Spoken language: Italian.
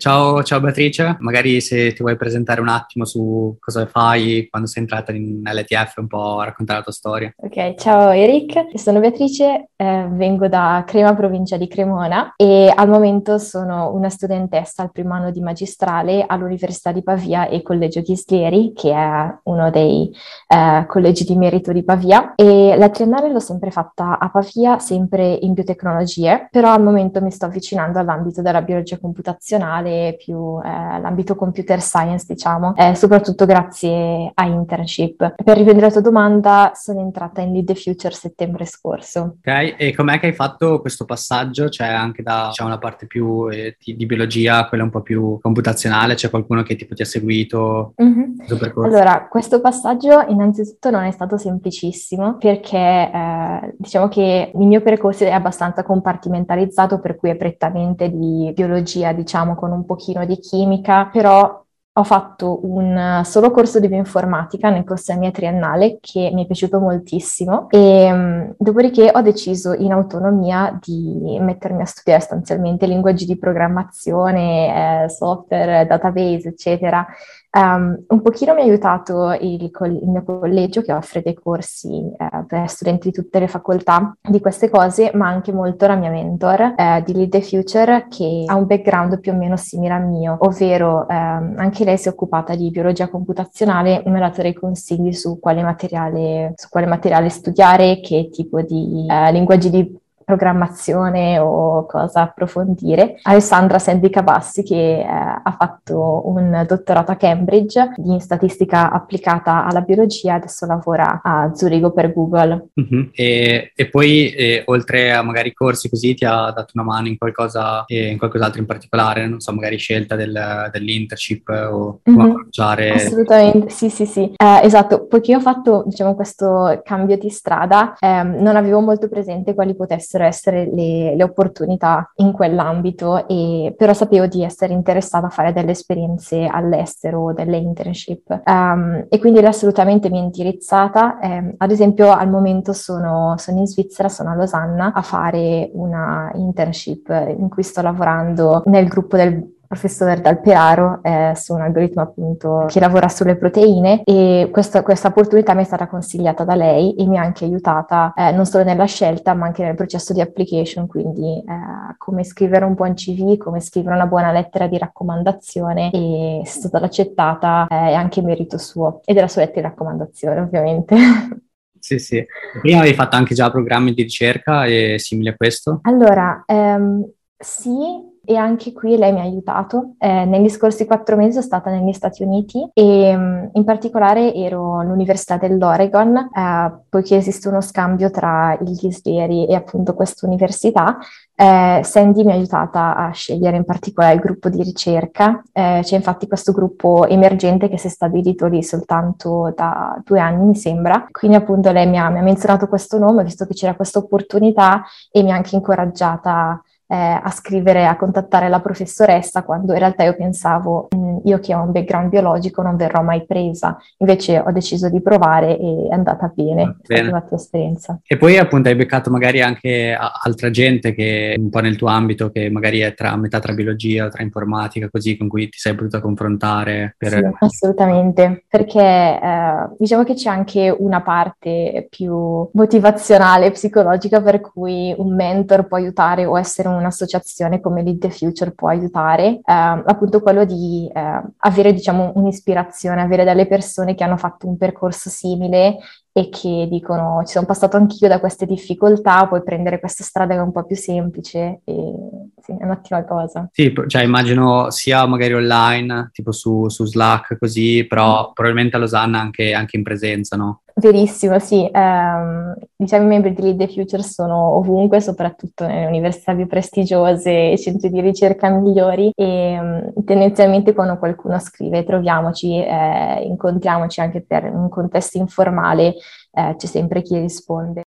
Ciao Beatrice, magari se ti vuoi presentare un attimo su cosa fai quando sei entrata in LTF, un po' raccontare la tua storia. Ok, ciao Eric, io sono Beatrice, vengo da Crema, provincia di Cremona e al momento sono una studentessa al primo anno di magistrale all'Università di Pavia e Collegio Ghislieri, che è uno dei collegi di merito di Pavia. E la triennale l'ho sempre fatta a Pavia, sempre in biotecnologie, però al momento mi sto avvicinando all'ambito della biologia computazionale, più l'ambito computer science, diciamo, soprattutto grazie a internship. Per riprendere la tua domanda, sono entrata in Lead the Future settembre scorso. Ok, e com'è che hai fatto questo passaggio? C'è anche da, diciamo, la parte più di biologia, a quella un po' più computazionale, c'è qualcuno che tipo ti ha seguito Mhm. questo percorso? Allora, questo passaggio innanzitutto non è stato semplicissimo perché diciamo che il mio percorso è abbastanza compartimentalizzato, per cui è prettamente di biologia, diciamo, con un pochino di chimica, però ho fatto un solo corso di bioinformatica nel corso della mia triennale che mi è piaciuto moltissimo e dopodiché ho deciso in autonomia di mettermi a studiare sostanzialmente linguaggi di programmazione, software, database, eccetera. Un pochino mi ha aiutato il mio collegio che offre dei corsi per studenti di tutte le facoltà di queste cose, ma anche molto la mia mentor di Lead the Future che ha un background più o meno simile al mio, ovvero anche lei si è occupata di biologia computazionale e mi ha dato dei consigli su quale materiale studiare, che tipo di linguaggi di programmazione o cosa approfondire. Alessandra Sandy Cabassi che ha fatto un dottorato a Cambridge in statistica applicata alla biologia, adesso lavora a Zurigo per Google. Mhm. E poi, oltre a magari corsi così, ti ha dato una mano in qualcosa, in qualcos'altro in particolare, non so, magari scelta dell'internship o come Mhm. approcciare. Assolutamente, sì, sì, sì. Esatto, poiché ho fatto, diciamo, questo cambio di strada, non avevo molto presente quali potessero essere le opportunità in quell'ambito, però sapevo di essere interessata a fare delle esperienze all'estero, delle internship. E quindi lei assolutamente mi è indirizzata. Ad esempio, al momento sono in Svizzera, sono a Losanna, a fare una internship in cui sto lavorando nel gruppo del professor Dal Peraro su un algoritmo appunto che lavora sulle proteine e questa opportunità mi è stata consigliata da lei e mi ha anche aiutata non solo nella scelta ma anche nel processo di application, quindi come scrivere un buon CV, come scrivere una buona lettera di raccomandazione e è stata accettata è anche merito suo e della sua lettera di raccomandazione ovviamente. Sì, sì. Prima avevi fatto anche già programmi di ricerca e simili a questo? Allora, sì, e anche qui lei mi ha aiutato. Negli scorsi 4 mesi sono stata negli Stati Uniti e in particolare ero all'Università dell'Oregon, poiché esiste uno scambio tra il Ghislieri e appunto questa università. Sandy mi ha aiutata a scegliere in particolare il gruppo di ricerca. C'è infatti questo gruppo emergente che si è stabilito lì soltanto da 2 anni, mi sembra. Quindi appunto lei mi ha menzionato questo nome, visto che c'era questa opportunità e mi ha anche incoraggiata a scrivere, a contattare la professoressa, quando in realtà io pensavo, io che ho un background biologico non verrò mai presa. Invece ho deciso di provare e è andata bene, è stata Bene. un'ottima esperienza. E poi appunto hai beccato magari anche altra gente che un po' nel tuo ambito, che magari è tra a metà tra biologia, tra informatica, così con cui ti sei potuta confrontare Sì, per... assolutamente, perché diciamo che c'è anche una parte più motivazionale, psicologica, per cui un mentor può aiutare o essere un'associazione come Lead the Future può aiutare, appunto quello di avere, diciamo, un'ispirazione, avere delle persone che hanno fatto un percorso simile e che dicono ci sono passato anch'io da queste difficoltà, puoi prendere questa strada che è un po' più semplice e sì, è un'ottima cosa. Sì, cioè immagino sia magari online, tipo su Slack, così, però probabilmente a Losanna anche in presenza, no? Verissimo, sì. Diciamo i membri di Lead the Future sono ovunque, soprattutto nelle università più prestigiose e centri di ricerca migliori e tendenzialmente quando qualcuno scrive troviamoci, incontriamoci anche per un contesto informale, c'è sempre chi risponde.